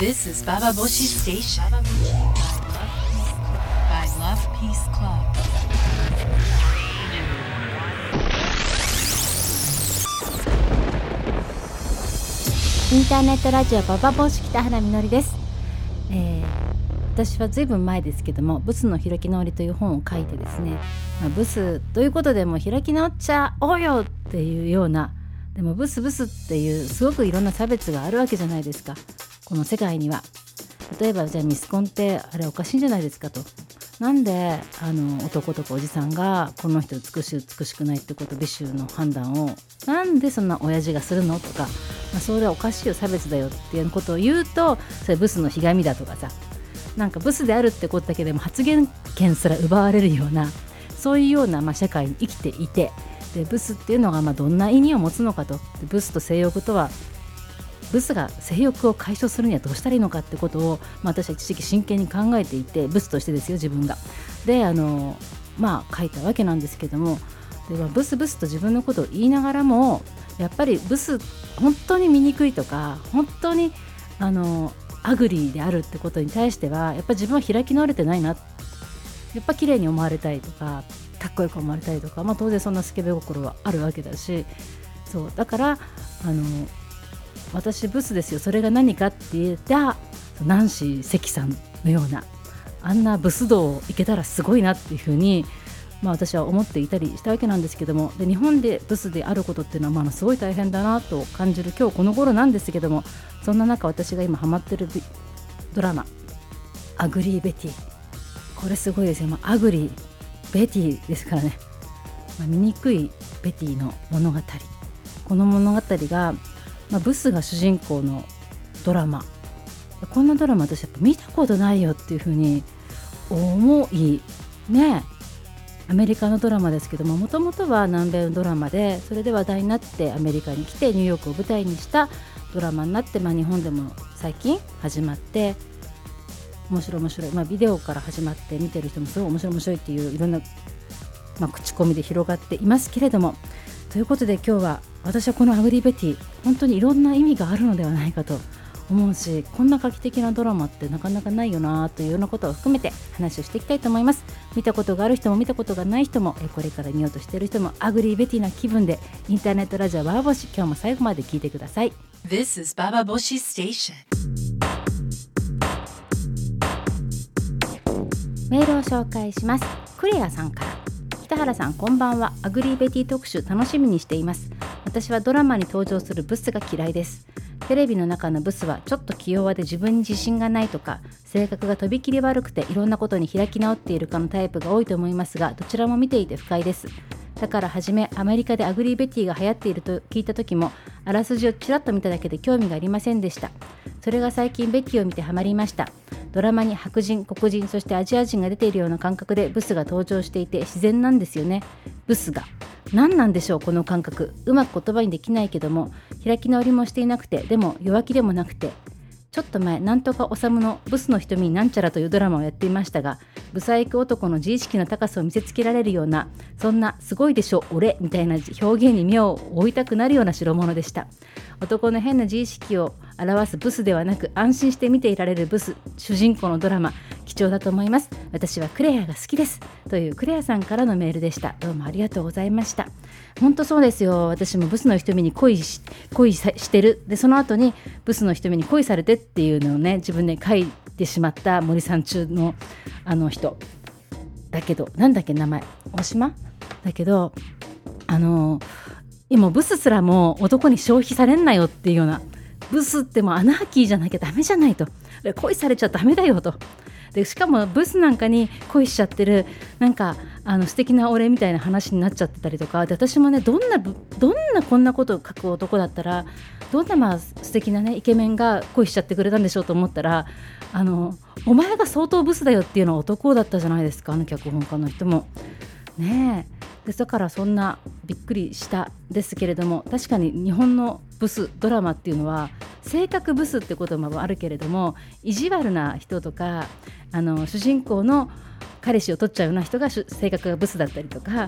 This is Bababoshi Station by Love Peace Club. インターネットラジオババボシ北原みのりです。私はずいぶん前ですけども、ブスの開き直りという本を書いてですね、ブスということでも開き直っちゃおうよっていうような、でもブスっていうすごくいろんな差別があるわけじゃないですか、この世界には。例えばじゃあミスコンってあれおかしいんじゃないですかと、なんで男とかおじさんがこの人美しくないってこと、美醜の判断をなんでそんな親父がするのとか、それはおかしいよ、差別だよっていうことを言うと、それブスのひがみだとかさ、なんかブスであるってことだけでも発言権すら奪われるような、そういうような社会に生きていて、でブスっていうのがどんな意味を持つのかと、ブスと性欲とは、ブスが性欲を解消するにはどうしたらいいのかってことを、私は一時期真剣に考えていて、ブスとしてですよ、自分がで書いたわけなんですけども、でブスと自分のことを言いながらも、やっぱりブス本当に醜いとか、本当にアグリーであるってことに対しては、やっぱり自分は開き直れてないな、やっぱ綺麗に思われたいとか、かっこよく思われたいとか、当然そんなスケベ心はあるわけだし、そうだから私ブスですよ、それが何かって言ったナンシー関さんのような、あんなブス道いけたらすごいなっていうふうに、私は思っていたりしたわけなんですけども、で日本でブスであることっていうのはすごい大変だなと感じる今日この頃なんですけども、そんな中私が今ハマってるドラマアグリーベティ、これすごいですよ。アグリーベティですからね、醜いベティの物語。この物語が、ブスが主人公のドラマ、こんなドラマ私やっぱ見たことないよっていうふうに思いね。アメリカのドラマですけども、もともとは南米のドラマで、それで話題になってアメリカに来てニューヨークを舞台にしたドラマになって、日本でも最近始まって面白い、ビデオから始まって見てる人もすごい面白いっていういろんな、口コミで広がっていますけれども、ということで今日は私はこのアグリーベティ、本当にいろんな意味があるのではないかと思うし、こんな画期的なドラマってなかなかないよなというようなことを含めて話をしていきたいと思います。見たことがある人も見たことがない人も、これから見ようとしている人も、アグリーベティな気分でインターネットラジオババボシ、今日も最後まで聞いてください。 This is Bababoshi Station. メールを紹介します。クレアさんから。北原さんこんばんは。アグリーベティ特集楽しみにしています。私はドラマに登場するブスが嫌いです。テレビの中のブスはちょっと気弱で自分に自信がないとか、性格がとびきり悪くていろんなことに開き直っているかのタイプが多いと思いますが、どちらも見ていて不快です。だから初めアメリカでアグリーベティが流行っていると聞いた時も、あらすじをちらっと見ただけで興味がありませんでした。それが最近ベティを見てハマりました。ドラマに白人、黒人、そしてアジア人が出ているような感覚でブスが登場していて自然なんですよね。ブスが何なんでしょう、この感覚。うまく言葉にできないけども、開き直りもしていなくて、でも弱気でもなくて。ちょっと前、なんとかおさむのブスの瞳になんちゃらというドラマをやっていましたが、ブサイク男の自意識の高さを見せつけられるような、そんなすごいでしょ俺みたいな表現に目を置いたくなるような代物でした。男の変な自意識を表すブスではなく、安心して見ていられるブス主人公のドラマ、貴重だと思います。私はクレアが好きです、というクレアさんからのメールでした。どうもありがとうございました。本当そうですよ。私もブスの瞳に恋してる。でその後にブスの瞳に恋されてっていうのをね、自分で書いてしまった森さん中の人だけど、なんだっけ名前、大島だけど、今ブスすらも男に消費されんなよっていうような、ブスってもアナーキーじゃなきゃダメじゃないと、恋されちゃダメだよと。でしかもブスなんかに恋しちゃってる、なんか素敵な俺みたいな話になっちゃってたりとかで、私もね、どんなこんなことを書く男だったら、どんな素敵なねイケメンが恋しちゃってくれたんでしょうと思ったら、お前が相当ブスだよっていうのは男だったじゃないですか、脚本家の人もねえ。でだからそんなびっくりしたですけれども、確かに日本のブスドラマっていうのは、性格ブスってこともあるけれども、意地悪な人とか、主人公の彼氏を取っちゃうような人が性格がブスだったりとか、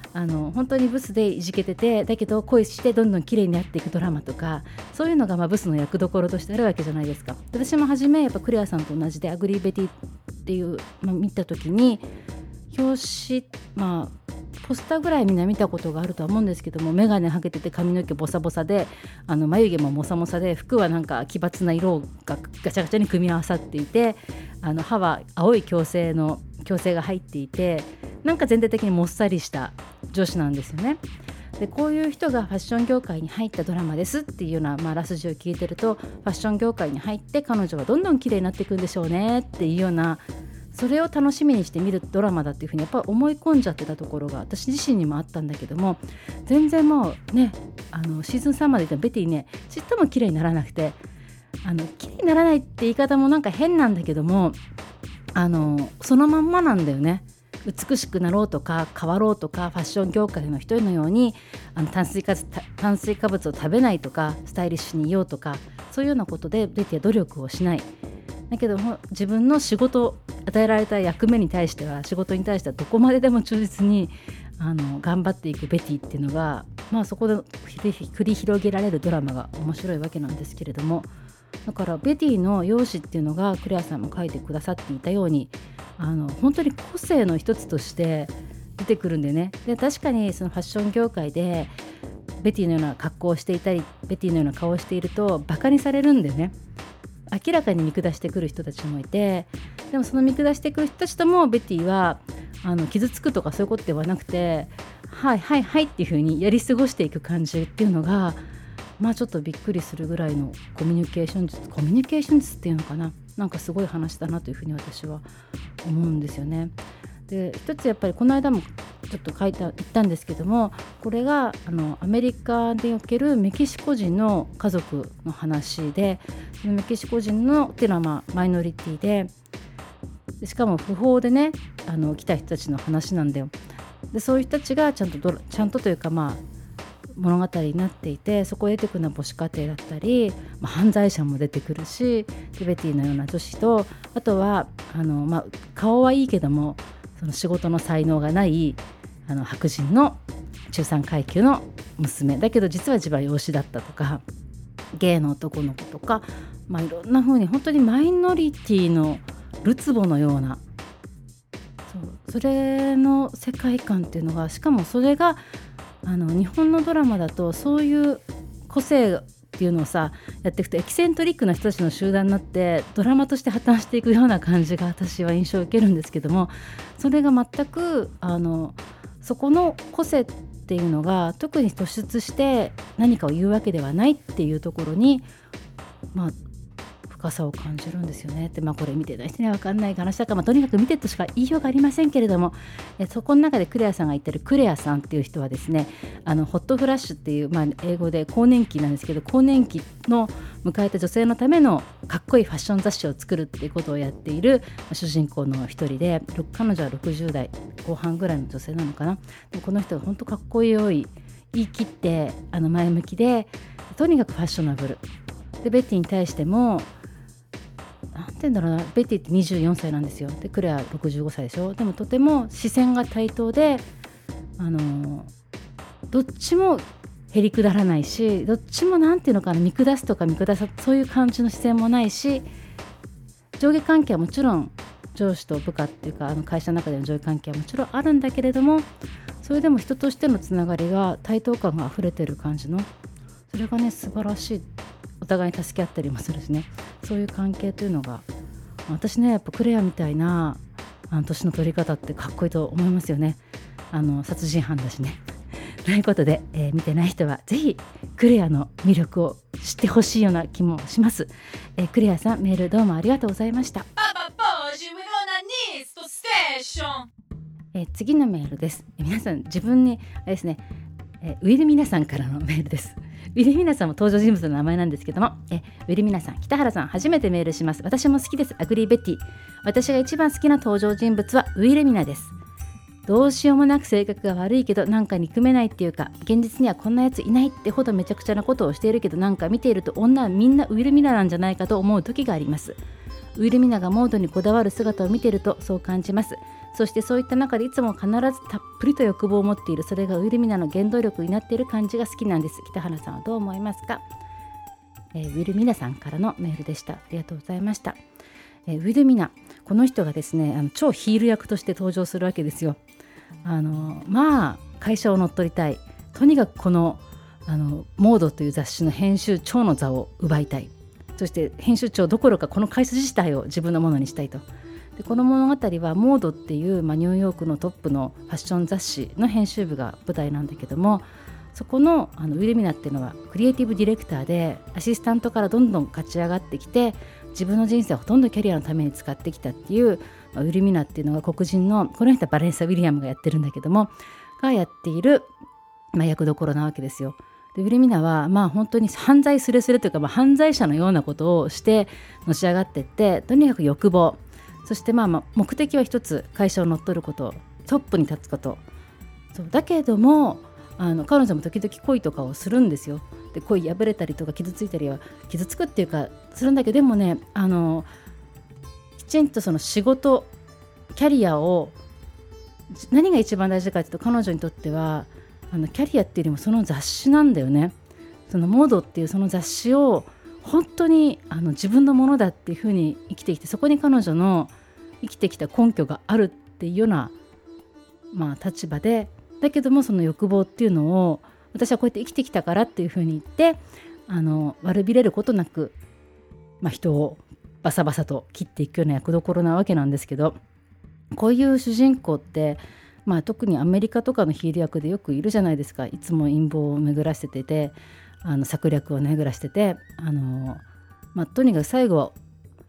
本当にブスでいじけてて、だけど恋してどんどん綺麗になっていくドラマとか、そういうのがブスの役どころとしてあるわけじゃないですか。私も初めやっぱクレアさんと同じでアグリーベティっていう、見た時に表紙、ポスターぐらいみんな見たことがあるとは思うんですけども、眼鏡はけてて髪の毛ボサボサで眉毛もモサモサで、服はなんか奇抜な色がガチャガチャに組み合わさっていて、歯は青い矯正が入っていて、なんか全体的にもっさりした女子なんですよね。でこういう人がファッション業界に入ったドラマですっていうような、ラスジを聞いてると、ファッション業界に入って彼女はどんどん綺麗になっていくんでしょうねっていうような、それを楽しみにして見るドラマだっていうふうにやっぱり思い込んじゃってたところが私自身にもあったんだけども、全然もうね、シーズン3までいったベティね、ちっとも綺麗にならなくて、綺麗にならないって言い方もなんか変なんだけども、そのまんまなんだよね。美しくなろうとか変わろうとか、ファッション業界の人のように炭水化物を食べないとか、スタイリッシュにいようとか、そういうようなことでベティは努力をしない。だけど自分の仕事、与えられた役目に対しては、仕事に対してはどこまででも忠実に頑張っていくベティっていうのが、そこで繰り広げられるドラマが面白いわけなんですけれども、だからベティの容姿っていうのがクレアさんも書いてくださっていたように、本当に個性の一つとして出てくるんでね。で確かにそのファッション業界でベティのような格好をしていたり、ベティのような顔をしているとバカにされるんだよね。明らかに見下してくる人たちもいて、でもその見下してくる人たちともベティは傷つくとかそういうことではなくて、はいはいはいっていう風にやり過ごしていく感じっていうのが、ちょっとびっくりするぐらいのコミュニケーション術っていうのかな、なんかすごい話だなというふうに私は思うんですよね。で一つやっぱりこの間もちょっと言ったんですけども、これがアメリカでおけるメキシコ人の家族の話で、メキシコ人のっていうのはマイノリティで、しかも不法でね来た人たちの話なんだよ。でそういう人たちがちゃんとというか物語になっていて、そこへ出てくるのは母子家庭だったり、犯罪者も出てくるし、ベティのような女子と、あとは顔はいいけどもその仕事の才能がない白人の中産階級の娘だけど実は自分は養子だったとか、ゲイの男の子とか、いろんな風に本当にマイノリティのるつぼのような、それの世界観っていうのが、しかもそれが日本のドラマだとそういう個性っていうのをやっていくとエキセントリックな人たちの集団になってドラマとして破綻していくような感じが私は印象を受けるんですけども、それが全くそこの個性っていうのが特に突出して何かを言うわけではないっていうところに深さを感じるんですよね。でこれ見てない人には分かんない話だから、とにかく見てとしか言いようがありませんけれども、そこの中でクレアさんが言ってるクレアさんっていう人はですね、ホットフラッシュっていう、英語で更年期なんですけど、更年期の迎えた女性のためのかっこいいファッション雑誌を作るっていうことをやっている主人公の一人で、彼女は60代後半ぐらいの女性なのかな。でこの人が本当かっこいい、言い切って前向きで、とにかくファッショナブルで、ベティに対してもなんて言うんだろうな、ベティって24歳なんですよ。でクレア65歳でしょ。でもとても視線が対等で、どっちもへりくだらないし、どっちもなんていうのかな、見下すとか見下さそういう感じの視線もないし、上下関係はもちろん上司と部下っていうか会社の中での上下関係はもちろんあるんだけれども、それでも人としてのつながりが対等感が溢れてる感じの、それがね素晴らしい。お互いに助け合ったりもするしね、そういう関係というのが私ね、やっぱクレアみたいな年の取り方ってかっこいいと思いますよね。殺人犯だしねということで、見てない人はぜひクレアの魅力を知ってほしいような気もします。クレアさん、メールどうもありがとうございました。次のメールです。皆さん自分にですね、ウィルミナさんからのメールです。ウィルミナさんも登場人物の名前なんですけども、ウィルミナさん、北原さん、初めてメールします。私も好きです。アグリーベティ。私が一番好きな登場人物はウィルミナです。どうしようもなく性格が悪いけどなんか憎めないっていうか、現実にはこんなやついないってほどめちゃくちゃなことをしているけど、なんか見ていると女はみんなウィルミナなんじゃないかと思う時があります。 ウィルミナがモードにこだわる姿を見ているとそう感じます。そしてそういった中でいつも必ずたっぷりと欲望を持っている、それがウィルミナの原動力になっている感じが好きなんです。北原さんはどう思いますか？ウィルミナさんからのメールでした。ありがとうございました。ウィルミナ、この人がですね超ヒール役として登場するわけですよ。会社を乗っ取りたい、とにかくこのモードという雑誌の編集長の座を奪いたい、そして編集長どころかこの会社自体を自分のものにしたいと。でこの物語はモードっていう、ニューヨークのトップのファッション雑誌の編集部が舞台なんだけども、そこのウィルミナっていうのはクリエイティブディレクターでアシスタントからどんどん勝ち上がってきて、自分の人生をほとんどキャリアのために使ってきたっていう、ウィルミナっていうのが黒人の、この人はバレンサ・ウィリアムがやってるんだけどもがやっている、役どころなわけですよ。でウィルミナは本当に犯罪すれすれというか、犯罪者のようなことをしてのし上がっていって、とにかく欲望、そして目的は一つ、会社を乗っ取ること、トップに立つこと。そうだけども彼女も時々恋とかをするんですよ。で恋破れたりとか傷ついたりは傷つくっていうかするんだけど、でもねきちんとその仕事キャリアを、何が一番大事かというと、彼女にとってはキャリアっていうよりもその雑誌なんだよね。そのモードっていうその雑誌を本当に自分のものだっていうふうに生きてきて、そこに彼女の生きてきた根拠があるっていうような、立場で、だけどもその欲望っていうのを、私はこうやって生きてきたからっていうふうに言って悪びれることなく、人をバサバサと切っていくような役どころなわけなんですけど、こういう主人公って、特にアメリカとかのヒール役でよくいるじゃないですか。いつも陰謀を巡らせてて、策略を巡らしてて、とにかく最後は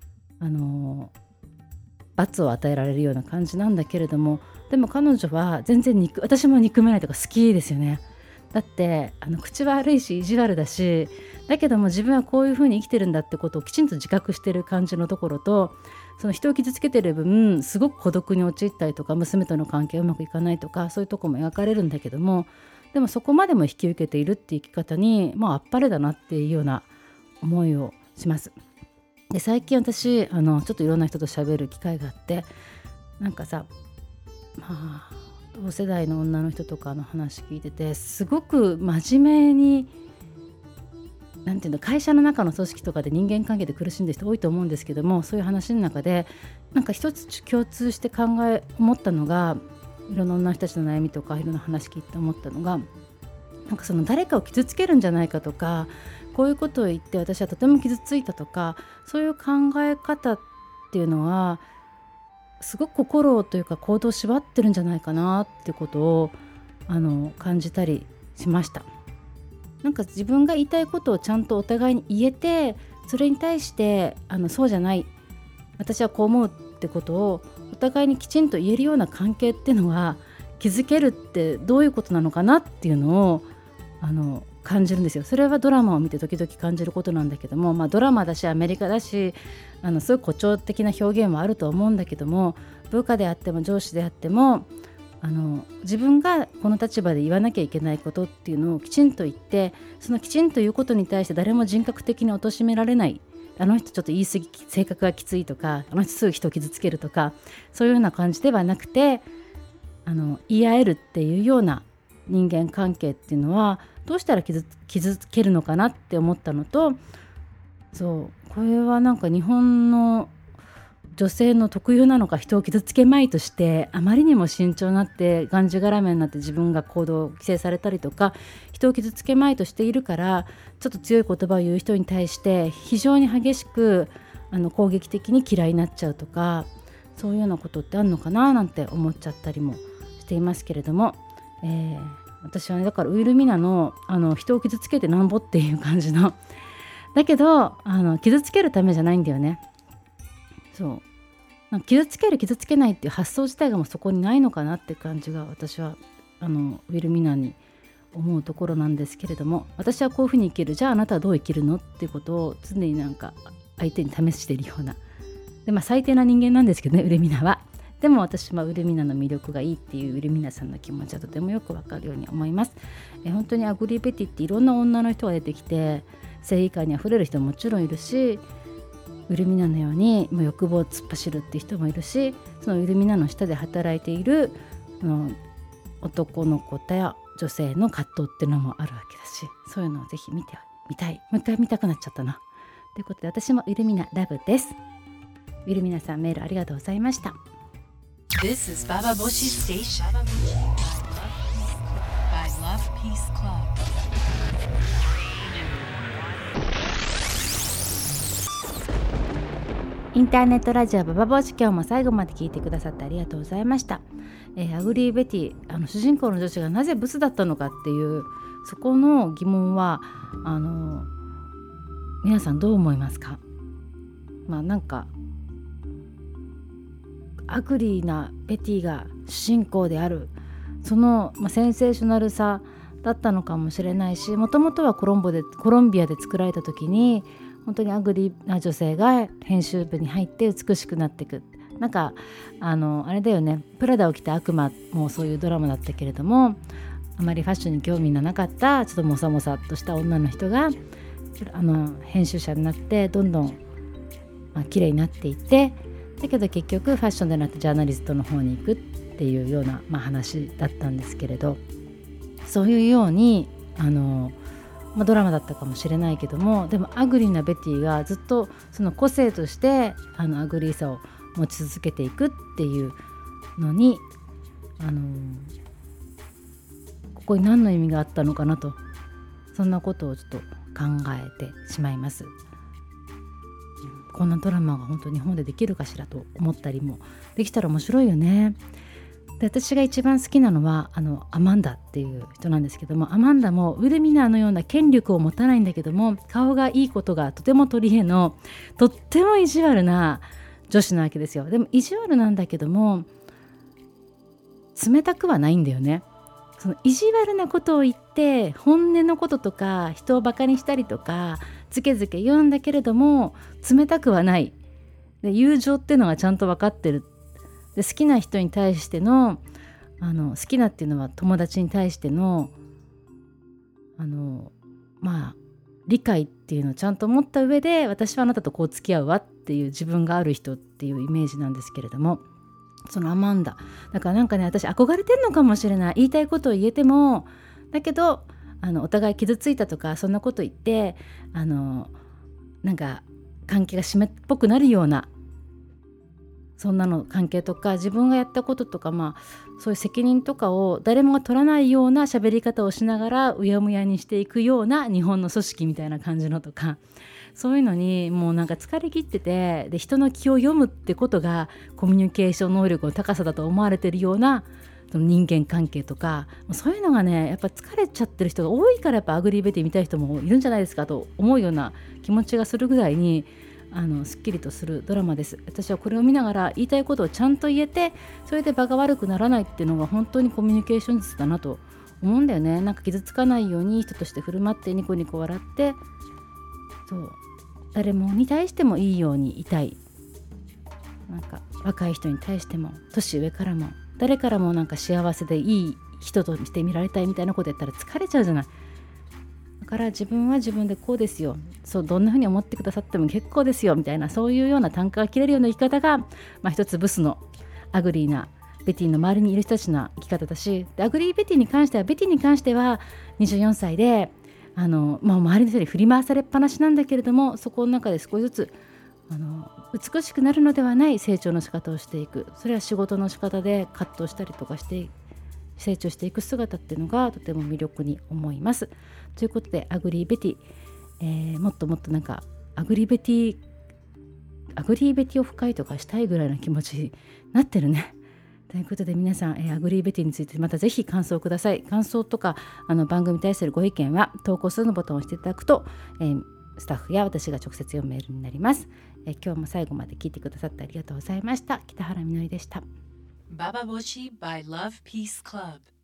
罰を与えられるような感じなんだけれども、でも彼女は全然私も憎めないとか好きですよね。だって口は悪いし意地悪だし、だけども自分はこういうふうに生きてるんだってことをきちんと自覚してる感じのところと、その人を傷つけてる分すごく孤独に陥ったりとか、娘との関係がうまくいかないとか、そういうとこも描かれるんだけども、でもそこまでも引き受けているっていう生き方にあっぱれだなっていうような思いをします。で最近私ちょっといろんな人と喋る機会があって、なんかさ、同世代の女の人とかの話聞いてて、すごく真面目に、なんていうの、会社の中の組織とかで人間関係で苦しんでる人多いと思うんですけども、そういう話の中でなんか一つ共通して思ったのが、いろんな女の人たちの悩みとかいろんな話聞いて思ったのが、なんかその誰かを傷つけるんじゃないかとか、こういうことを言って私はとても傷ついたとか、そういう考え方っていうのはすごく心というか行動を縛ってるんじゃないかなってことを感じたりしました。なんか自分が言いたいことをちゃんとお互いに言えて、それに対してそうじゃない、私はこう思うってことをお互いにきちんと言えるような関係っていうのは、築けるってどういうことなのかなっていうのを感じるんですよ。それはドラマを見て時々感じることなんだけども、ドラマだしアメリカだしすごい誇張的な表現はあると思うんだけども、部下であっても上司であっても自分がこの立場で言わなきゃいけないことっていうのをきちんと言って、そのきちんと言うことに対して誰も人格的に貶められない、あの人ちょっと言い過ぎ、性格がきついとか、あの人すぐ人を傷つけるとか、そういうような感じではなくて言い合えるっていうような人間関係っていうのはどうしたら傷つけるのかなって思ったのと、そうこれはなんか日本の女性の特有なのか、人を傷つけまいとしてあまりにも慎重になってがんじがらめになって自分が行動を規制されたりとか、人を傷つけまいとしているから、ちょっと強い言葉を言う人に対して非常に激しく攻撃的に嫌いになっちゃうとか、そういうようなことってあるのかななんて思っちゃったりもしていますけれども、私はね、だからウィルミナの人を傷つけてなんぼっていう感じのだけど傷つけるためじゃないんだよね。そうなんか傷つける傷つけないっていう発想自体がもうそこにないのかなって感じが私はウィルミナに思うところなんですけれども、私はこういうふうに生きる、じゃああなたはどう生きるのっていうことを常になんか相手に試しているようなで、最低な人間なんですけどね、ウィルミナは。でも私はウィルミナの魅力がいいっていうウィルミナさんの気持ちはとてもよくわかるように思います。本当にアグリーベティっていろんな女の人が出てきて、正義感にあふれる人ももちろんいるし、 ウルミナのようにもう欲望を突っ走るっていう人もいるし、そのウルミナの下で働いている男の子や女性の葛藤っていうのもあるわけだし、そういうのをぜひ見てみたい。もう一回見たくなっちゃったなということで、私もウルミナラブです。ウルミナさん、メールありがとうございました。 This is Baba Boshi Station by Love Peace Club. インターネットラジオババボシ、今日も最後まで聞いてくださってありがとうございました。アグリーベティ、主人公の女子がなぜブスだったのかっていうそこの疑問は皆さんどう思いますか？なんかアグリーなベティが主人公である、その、センセーショナルさだったのかもしれないし、もともとはコロンビアで作られた時に本当にアグリーな女性が編集部に入って美しくなっていく。なんかあれだよね、プラダを着た悪魔もそういうドラマだったけれども、あまりファッションに興味のなかったちょっとモサモサとした女の人が編集者になってどんどん綺麗になっていって、だけど結局ファッションでなくジャーナリストの方に行くっていうような、話だったんですけれど、そういうようにドラマだったかもしれないけども、でもアグリーなベティがずっとその個性としてアグリーさを持ち続けていくっていうのにここに何の意味があったのかなと、そんなことをちょっと考えてしまいます。こんなドラマが本当に日本でできるかしらと思ったりも、できたら面白いよね。で、私が一番好きなのはアマンダっていう人なんですけども、アマンダもウルミナーのような権力を持たないんだけども、顔がいいことがとても取り柄のとっても意地悪な女子なわけですよ。でも意地悪なんだけども冷たくはないんだよね。その意地悪なことを言って本音のこととか人をバカにしたりとかずけずけ言うんだけれども冷たくはない。で、友情っていうのがちゃんと分かってる。で、好きな人に対しての好きなっていうのは友達に対しての理解っていうのをちゃんと持った上で、私はあなたとこう付き合うわっていう自分がある人っていうイメージなんですけれども、そのアマンダだから私憧れてんのかもしれない。言いたいことを言えてもだけどお互い傷ついたとかそんなこと言ってなんか関係が湿っぽくなるようなそんなの関係とか、自分がやったこととかそういう責任とかを誰もが取らないような喋り方をしながらうやむやにしていくような日本の組織みたいな感じのとか、そういうのにもう疲れ切ってて、で人の気を読むってことがコミュニケーション能力の高さだと思われているようなその人間関係とか、そういうのがねやっぱ疲れちゃってる人が多いから、やっぱアグリーベティ見たい人もいるんじゃないですかと思うような気持ちがするぐらいにすっきりとするドラマです。私はこれを見ながら言いたいことをちゃんと言えて、それで場が悪くならないっていうのが本当にコミュニケーション術だなと思うんだよね。傷つかないように人として振る舞ってニコニコ笑って、そう誰もに対してもいいようにいたい。若い人に対しても年上からも誰からも幸せでいい人として見られたいみたいなことやったら疲れちゃうじゃない。だから自分は自分でこうですよ、そうどんな風に思ってくださっても結構ですよみたいな、そういうような単価が切れるような生き方が、一つブスのアグリーなベティの周りにいる人たちの生き方だし、でアグリーベティに関しては24歳で周りの人に振り回されっぱなしなんだけれども、そこの中で少しずつ美しくなるのではない成長の仕方をしていく。それは仕事の仕方で葛藤したりとかして成長していく姿っていうのがとても魅力に思います。ということでアグリーベティ、もっともっとアグリーベティオフ会とかしたいぐらいの気持ちになってるね。ということで皆さん、アグリーベティについてまたぜひ感想をください。感想とか番組に対するご意見は投稿するのボタンを押していただくと、スタッフや私が直接読むメールになります。今日も最後まで聞いてくださってありがとうございました。北原みのりでした。 Baba Boshi by Love Peace Club.